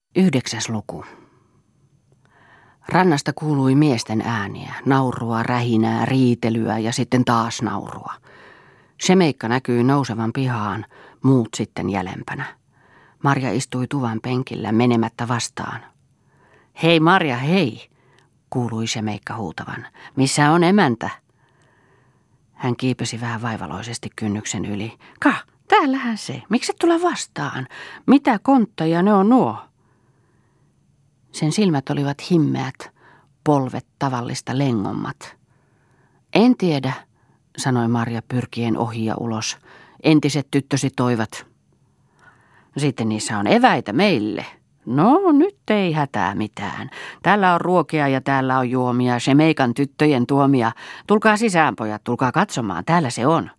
9. luku. Rannasta kuului miesten ääniä, naurua, rähinää, riitelyä ja sitten taas naurua. Šemeikka näkyi nousevan pihaan, muut sitten jälempänä. Marja istui tuvan penkillä menemättä vastaan. Hei Marja, hei, kuului Šemeikka huutavan. Missä on emäntä? Hän kiipesi vähän vaivaloisesti kynnyksen yli. Täällähän se. Miksi et tule vastaan? Mitä kontteja ne on nuo? Sen silmät olivat himmeät, polvet tavallista lengommat. En tiedä, sanoi Marja pyrkien ohi ja ulos. Entiset tyttösi toivat. Sitten niissä on eväitä meille. No, nyt ei hätää mitään. Täällä on ruokia ja täällä on juomia, Šemeikan tyttöjen tuomia. Tulkaa sisään, pojat, tulkaa katsomaan, täällä se on.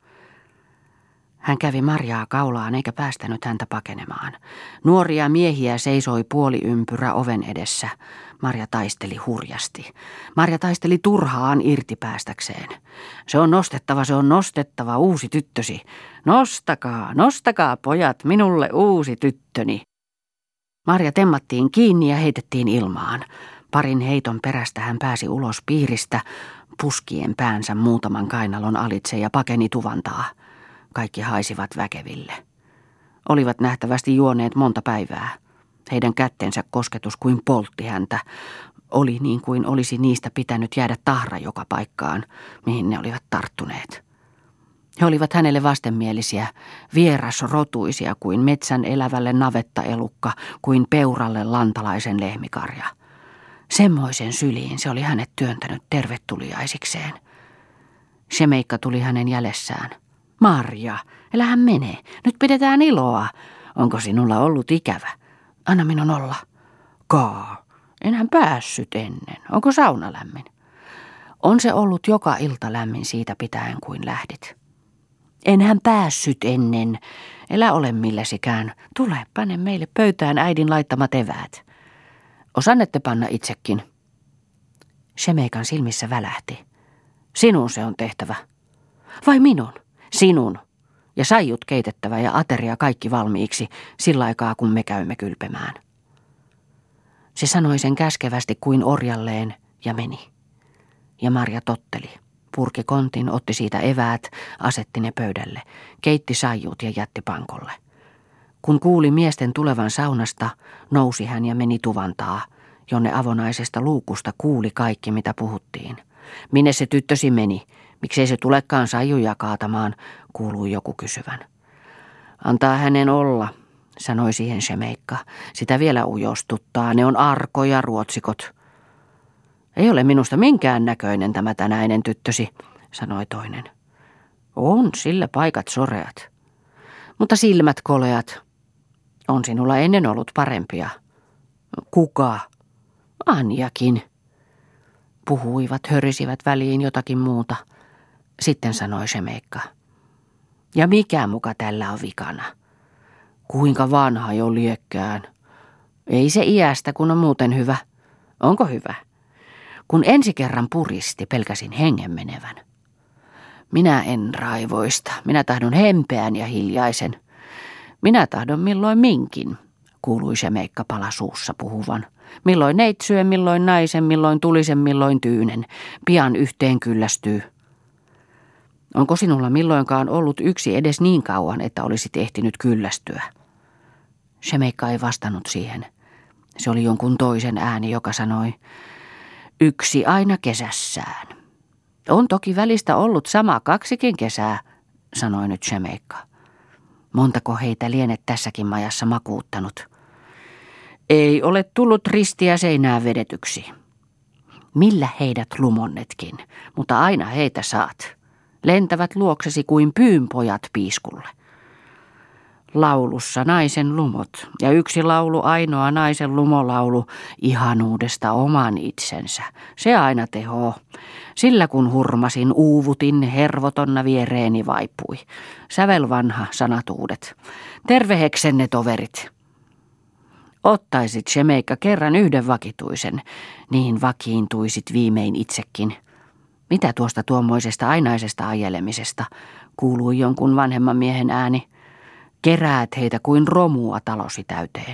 Hän kävi Marjaa kaulaan eikä päästänyt häntä pakenemaan. Nuoria miehiä seisoi puoliympyrä oven edessä. Marja taisteli hurjasti. Marja taisteli turhaan irti päästäkseen. Se on nostettava, uusi tyttösi. Nostakaa pojat, minulle uusi tyttöni. Marja temmattiin kiinni ja heitettiin ilmaan. Parin heiton perästä hän pääsi ulos piiristä, puskien päänsä muutaman kainalon alitse ja pakeni tuvantaa. Kaikki haisivat väkeville. Olivat nähtävästi juoneet monta päivää. Heidän kättensä kosketus kuin poltti häntä. Oli niin kuin olisi niistä pitänyt jäädä tahra joka paikkaan, mihin ne olivat tarttuneet. He olivat hänelle vastenmielisiä, vierasrotuisia kuin metsän elävälle navettaelukka, kuin peuralle lantalaisen lehmikarja. Semmoisen syliin se oli hänet työntänyt tervetuliaisikseen. Šemeikka tuli hänen jäljessään. Marja, älähän mene. Nyt pidetään iloa. Onko sinulla ollut ikävä? Anna minun olla. Enhän päässyt ennen. Onko sauna lämmin? On se ollut joka ilta lämmin siitä pitäen kuin lähdit. Enhän päässyt ennen. Elä ole millesikään. Tule, pane meille pöytään äidin laittamat eväät. Osannette panna itsekin. Šemeikan silmissä välähti. Sinun se on tehtävä. Vai minun? Sinun. Ja saiut keitettävä ja ateria kaikki valmiiksi sillä aikaa, kun me käymme kylpemään. Se sanoi sen käskevästi kuin orjalleen ja meni. Ja Marja totteli. Purki kontin, otti siitä eväät, asetti ne pöydälle, keitti saiut ja jätti pankolle. Kun kuuli miesten tulevan saunasta, nousi hän ja meni tuvantaa, jonne avonaisesta luukusta kuuli kaikki, mitä puhuttiin. Minne se tyttösi meni? Miksei se tulekaan saijuja kaatamaan, kuului joku kysyvän. Antaa hänen olla, sanoi siihen Šemeikka. Sitä vielä ujostuttaa, ne on arkoja ruotsikot. Ei ole minusta minkään näköinen tämä tänäinen tyttösi, sanoi toinen. On sillä paikat soreat. Mutta silmät koleat. On sinulla ennen ollut parempia. Kuka? Anjakin. Puhuivat, hörisivät väliin jotakin muuta. Sitten sanoi Šemeikka. Ja mikä muka tällä on vikana? Kuinka vanha jo liekkään? Ei se iästä, kun on muuten hyvä. Onko hyvä? Kun ensi kerran puristi, pelkäsin hengen menevän. Minä en raivoista. Minä tahdon hempeän ja hiljaisen. Minä tahdon milloin minkin, kuului Šemeikka pala suussa puhuvan. Milloin neitsyön, milloin naisen, milloin tulisen, milloin tyynen. Pian yhteen kyllästyy. Onko sinulla milloinkaan ollut yksi edes niin kauan, että olisit ehtinyt kyllästyä? Šemeikka ei vastannut siihen. Se oli jonkun toisen ääni, joka sanoi, yksi aina kesässään. On toki välistä ollut sama 2 kesää, sanoi nyt Šemeikka. Montako heitä lienet tässäkin majassa makuuttanut? Ei ole tullut ristiä seinään vedetyksi. Millä heidät lumonnetkin, mutta aina heitä saat. Lentävät luoksesi kuin pyynpojat piiskulle. Laulussa naisen lumot ja yksi laulu ainoa naisen lumolaulu ihanuudesta oman itsensä. Se aina tehoo. Sillä kun hurmasin, uuvutin, hervotonna viereeni vaipui. Sävel vanha, sanat uudet. Terveheksenne toverit. Ottaisit Šemeikka kerran yhden vakituisen, niin vakiintuisit viimein itsekin. Mitä tuosta tuommoisesta ainaisesta ajelemisesta, kuului jonkun vanhemman miehen ääni. Keräät heitä kuin romua talosi täyteen.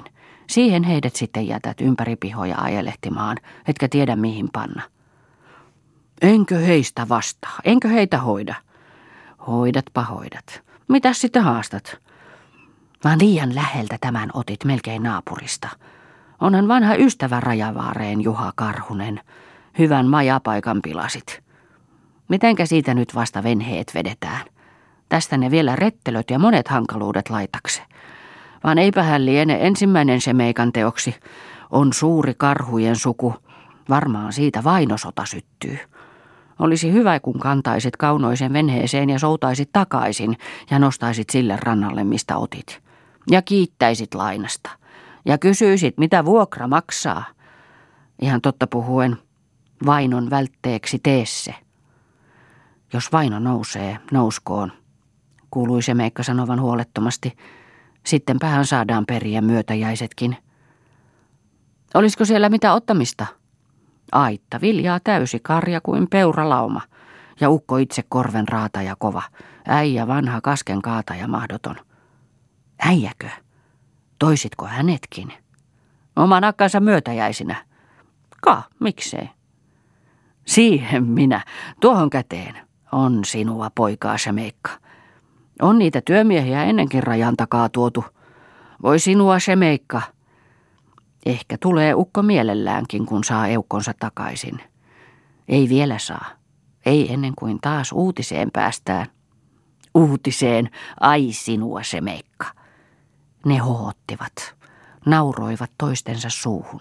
Siihen heidät sitten jätät ympäri pihoja ajelehtimaan, etkä tiedä mihin panna. Enkö heistä vastaa, enkö heitä hoida? Hoidatpa hoidat. Mitäs sitten haastat? Vaan liian läheltä tämän otit melkein naapurista. Onhan vanha ystävä Rajavaareen Juha Karhunen. Hyvän majapaikan pilasit. Mitenkä siitä nyt vasta venheet vedetään? Tästä ne vielä rettelöt ja monet hankaluudet laitakse. Vaan eipä hän liene ensimmäinen Shemeikan teoksi. On suuri karhujen suku. Varmaan siitä vainosota syttyy. Olisi hyvä, kun kantaisit kaunoisen venheeseen ja soutaisit takaisin ja nostaisit sille rannalle, mistä otit. Ja kiittäisit lainasta. Ja kysyisit, mitä vuokra maksaa. Ihan totta puhuen, vainon vältteeksi tee se. Jos vaino nousee, nouskoon, kuului Shemeikka sanovan huolettomasti. Sittenpähän saadaan periä myötäjäisetkin. Olisiko siellä mitä ottamista? Aitta, viljaa täysi, karja kuin peuralauma. Ja ukko itse korven raataja kova. Äijä vanha kasken kaataja mahdoton. Äijäkö? Toisitko hänetkin? Oman akkansa myötäjäisinä. Miksei? Siihen minä, tuohon käteen. On sinua poikaa Shemeikka. On niitä työmiehiä ennenkin rajan takaa tuotu. Voi sinua Shemeikka. Ehkä tulee ukko mielelläänkin, kun saa eukkonsa takaisin. Ei vielä saa. Ei ennen kuin taas uutiseen päästään. Uutiseen, ai sinua Shemeikka. Ne hohottivat, nauroivat toistensa suuhun.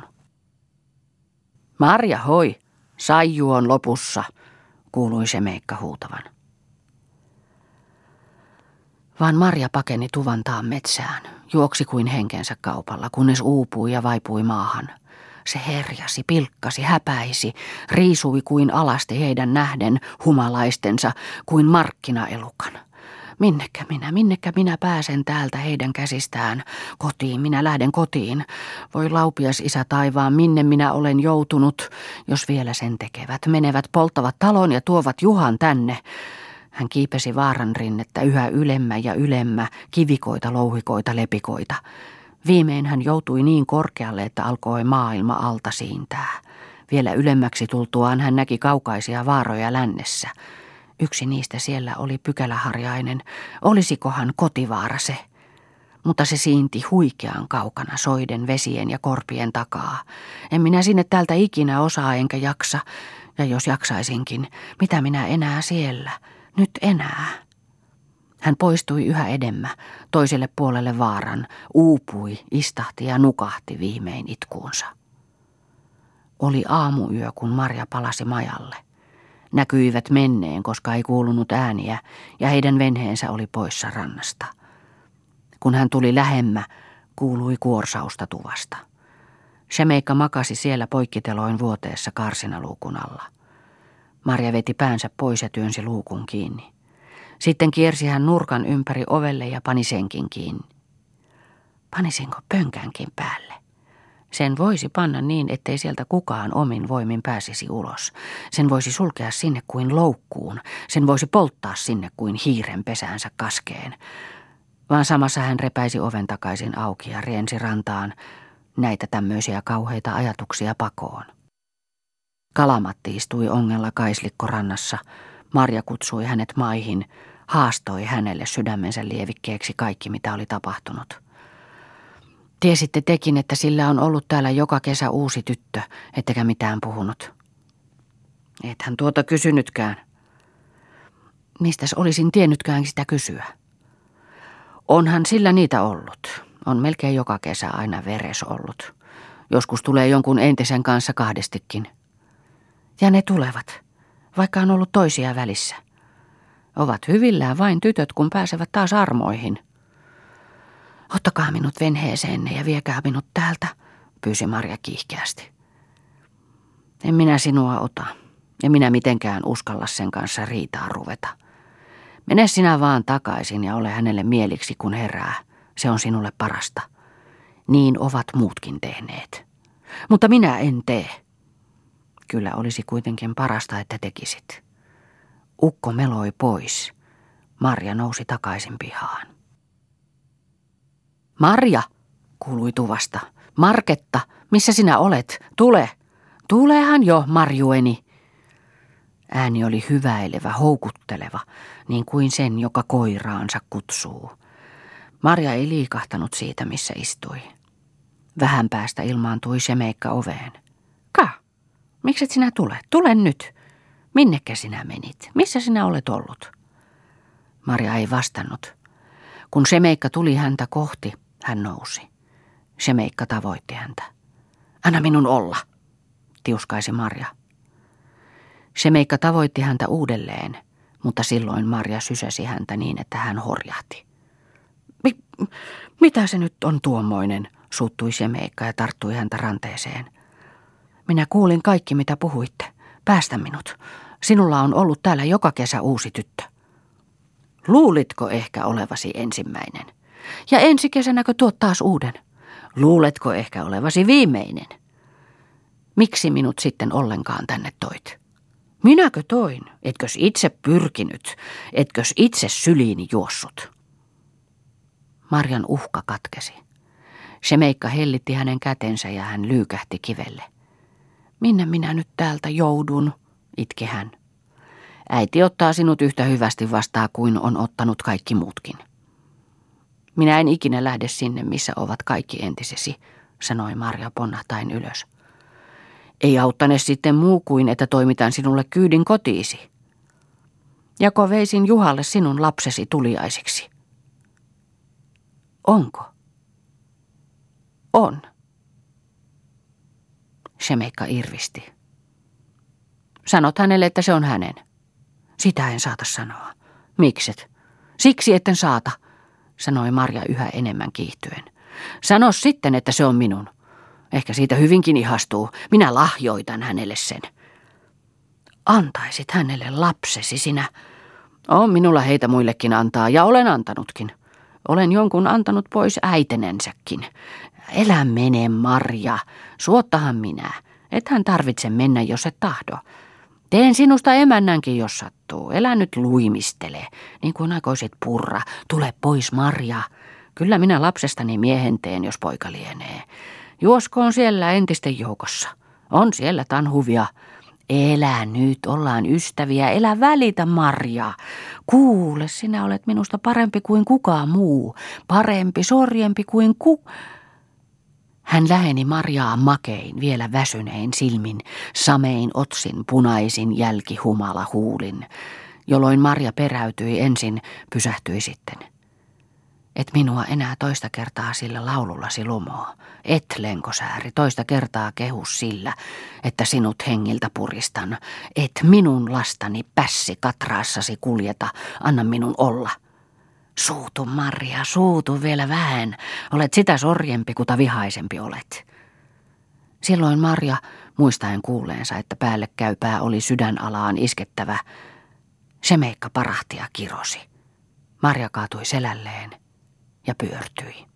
Marja hoi, saiju on lopussa, kuului Shemeikka huutavan. Vaan Marja pakeni Tuvantaan metsään, juoksi kuin henkensä kaupalla, kunnes uupui ja vaipui maahan. Se herjasi, pilkkasi, häpäisi, riisui kuin alasti heidän nähden humalaistensa kuin markkinaelukan. Minnekä minä pääsen täältä heidän käsistään? Kotiin, minä lähden kotiin. Voi laupias isä taivaan, minne minä olen joutunut, jos vielä sen tekevät. Menevät, polttavat talon ja tuovat Juhan tänne. Hän kiipesi vaaran rinnettä yhä ylemmä ja ylemmä, kivikoita, louhikoita, lepikoita. Viimein hän joutui niin korkealle, että alkoi maailma alta siintää. Vielä ylemmäksi tultuaan hän näki kaukaisia vaaroja lännessä. Yksi niistä siellä oli pykäläharjainen. Olisikohan kotivaara se? Mutta se siinti huikean kaukana soiden, vesien ja korpien takaa. En minä sinne täältä ikinä osaa enkä jaksa. Ja jos jaksaisinkin, mitä minä enää siellä? Nyt enää. Hän poistui yhä edemmä, toiselle puolelle vaaran, uupui, istahti ja nukahti viimein itkuunsa. Oli aamuyö, kun Marja palasi majalle. Näkyivät menneen, koska ei kuulunut ääniä, ja heidän venheensä oli poissa rannasta. Kun hän tuli lähemmä, kuului kuorsausta tuvasta. Shemeikka makasi siellä poikkiteloin vuoteessa karsinaluukun alla. Marja veti päänsä pois ja työnsi luukun kiinni. Sitten kiersi hän nurkan ympäri ovelle ja pani senkin kiinni. Panisinko pönkänkin päälle? Sen voisi panna niin, ettei sieltä kukaan omin voimin pääsisi ulos. Sen voisi sulkea sinne kuin loukkuun. Sen voisi polttaa sinne kuin hiiren pesäänsä kaskeen. Vaan samassa hän repäisi oven takaisin auki ja riensi rantaan näitä tämmöisiä kauheita ajatuksia pakoon. Kalamatti istui ongella kaislikkorannassa. Marja kutsui hänet maihin, haastoi hänelle sydämensä lievikkeeksi kaikki, mitä oli tapahtunut. Tiesitte tekin, että sillä on ollut täällä joka kesä uusi tyttö, ettekä mitään puhunut. Ethän tuota kysynytkään. Mistäs olisin tiennytkään sitä kysyä? Onhan sillä niitä ollut. On melkein joka kesä aina veres ollut. Joskus tulee jonkun entisen kanssa kahdestikin. Ja ne tulevat, vaikka on ollut toisia välissä. Ovat hyvillään vain tytöt, kun pääsevät taas armoihin. Ottakaa minut venheeseenne ja viekää minut täältä, pyysi Marja kiihkeästi. En minä sinua ota, en minä mitenkään uskalla sen kanssa riitaa ruveta. Mene sinä vaan takaisin ja ole hänelle mieliksi, kun herää. Se on sinulle parasta. Niin ovat muutkin tehneet. Mutta minä en tee. Kyllä olisi kuitenkin parasta, että tekisit. Ukko meloi pois. Marja nousi takaisin pihaan. Marja, kuului tuvasta. Marketta, missä sinä olet? Tule! Tulehan jo, Marjueni! Ääni oli hyväilevä, houkutteleva, niin kuin sen, joka koiraansa kutsuu. Marja ei liikahtanut siitä, missä istui. Vähän päästä ilmaantui Šemeika oveen. Ka, mikset sinä tule? Tule nyt! Minnekä sinä menit? Missä sinä olet ollut? Marja ei vastannut. Kun Šemeika tuli häntä kohti, hän nousi. Šemeika tavoitti häntä. Anna minun olla, tiuskaisi Marja. Šemeika tavoitti häntä uudelleen, mutta silloin Marja sysäsi häntä niin, että hän horjahti. Mitä se nyt on tuommoinen, suuttui Šemeika ja tarttui häntä ranteeseen. Minä kuulin kaikki, mitä puhuitte. Päästä minut. Sinulla on ollut täällä joka kesä uusi tyttö. Luulitko ehkä olevasi ensimmäinen? Ja ensi kesänäkö tuot taas uuden? Luuletko ehkä olevasi viimeinen? Miksi minut sitten ollenkaan tänne toit? Minäkö toin? Etkös itse pyrkinyt? Etkös itse syliini juossut? Marjan uhka katkesi. Šemeika hellitti hänen kätensä ja hän lyykähti kivelle. Minne minä nyt täältä joudun, itki hän. Äiti ottaa sinut yhtä hyvästi vastaan kuin on ottanut kaikki muutkin. Minä en ikinä lähde sinne, missä ovat kaikki entisesi, sanoi Marja ponnahtain ylös. Ei auttane sitten muu kuin, että toimitan sinulle kyydin kotiisi. Jako veisin Juhalle sinun lapsesi tuliaisiksi. Onko? On. Šemeika irvisti. Sanot hänelle, että se on hänen. Sitä en saata sanoa. Mikset? Siksi etten saata, sanoi Marja yhä enemmän kiihtyen. Sano sitten, että se on minun. Ehkä siitä hyvinkin ihastuu. Minä lahjoitan hänelle sen. Antaisit hänelle lapsesi sinä. On minulla heitä muillekin antaa ja olen antanutkin. Olen jonkun antanut pois äitenensäkin. Elä mene, Marja. Suottahan minä. Ethän tarvitse mennä, jos et tahdo. Teen sinusta emännänkin, jos sattuu. Elä nyt luimistele, niin kuin aikoisit purra. Tule pois, Marja. Kyllä minä lapsestani miehen teen, jos poika lienee. Juoskoon siellä entisten joukossa. On siellä tanhuvia. Elä nyt, ollaan ystäviä. Elä välitä, Marja. Kuule, sinä olet minusta parempi kuin kukaan muu. Parempi, sorjempi kuin Hän läheni Marjaa makein, vielä väsynein silmin, samein otsin, punaisin jälkihumala huulin, jolloin Marja peräytyi ensin, pysähtyi sitten. Et minua enää toista kertaa sillä laulullasi lumoo. Et, lenkosääri, toista kertaa kehus sillä, että sinut hengiltä puristan. Et minun lastani pässi katraassasi kuljeta, anna minun olla. Suutu, Marja, suutu vielä vähän. Olet sitä sorjempi, kuta vihaisempi olet. Silloin Marja, muistaen kuulleensa, että päälle käypää oli sydänalaan iskettävä, Šemeika parahti ja kirosi. Marja kaatui selälleen ja pyörtyi.